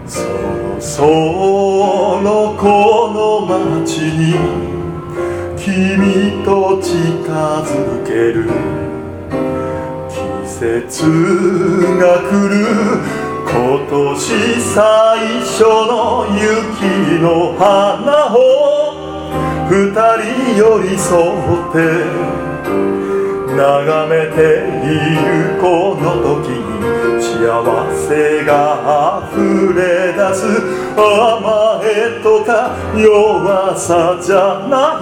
そろそろこの街に君と近づける。季節が来る今年最初の雪の花を二人寄り添って眺めているこの時に幸せが溢れ出す。甘えとか弱さじゃない、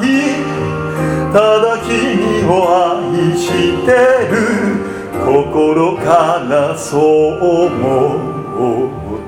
ただ君を愛してる心からそう思った。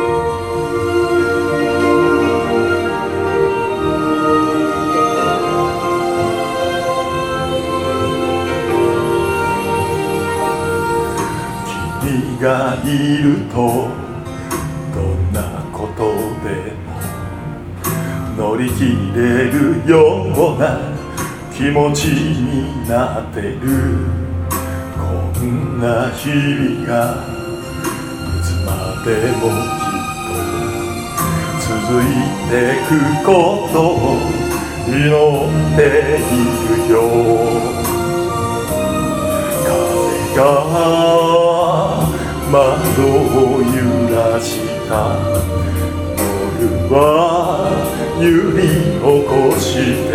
君がいるとどんなことでも乗り切れるような気持ちになってる。こんな日々がいつまでもきっと続いてくことを祈っているよ。風が窓を揺らした夜は揺り起こして、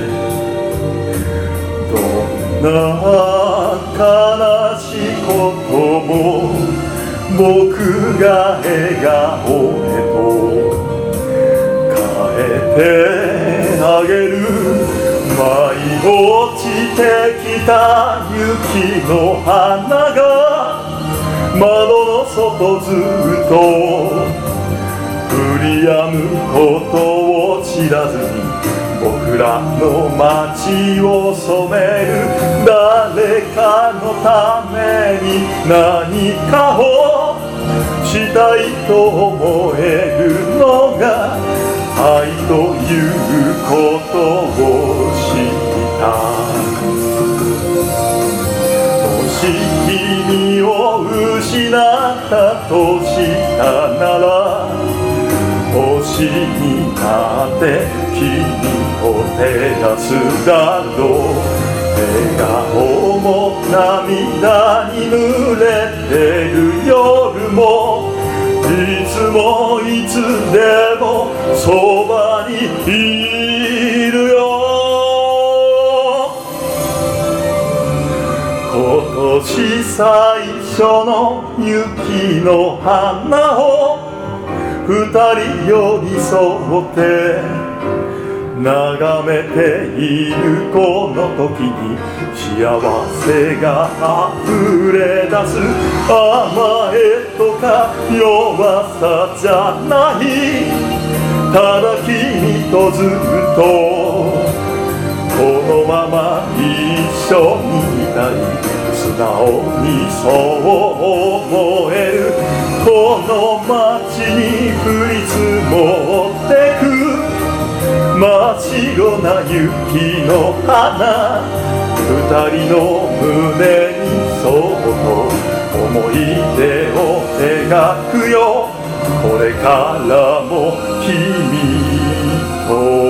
どんな悲しいことも僕が笑顔へと変えてあげる。舞い落ちてきた雪の花が窓の外ずっと降り止むことを知らずに僕らの街を染める。誰かのために何かをしたいと思えるのが愛ということを知った。もし君を失ったとしたなら、星になって君を照らすだろう。笑顔も涙に濡れてる夜もいつもいつでもそばにいるよ。今年最初の雪の花を二人寄り添って眺めているこの時に幸せが溢れ出す。甘えとか弱さじゃない、ただ君とずっとこのまま一緒にいたい。素直にそう思える。この街に降り積もってく真っ白な雪の花、二人の胸にそっと思い出を描くよ。これからも君と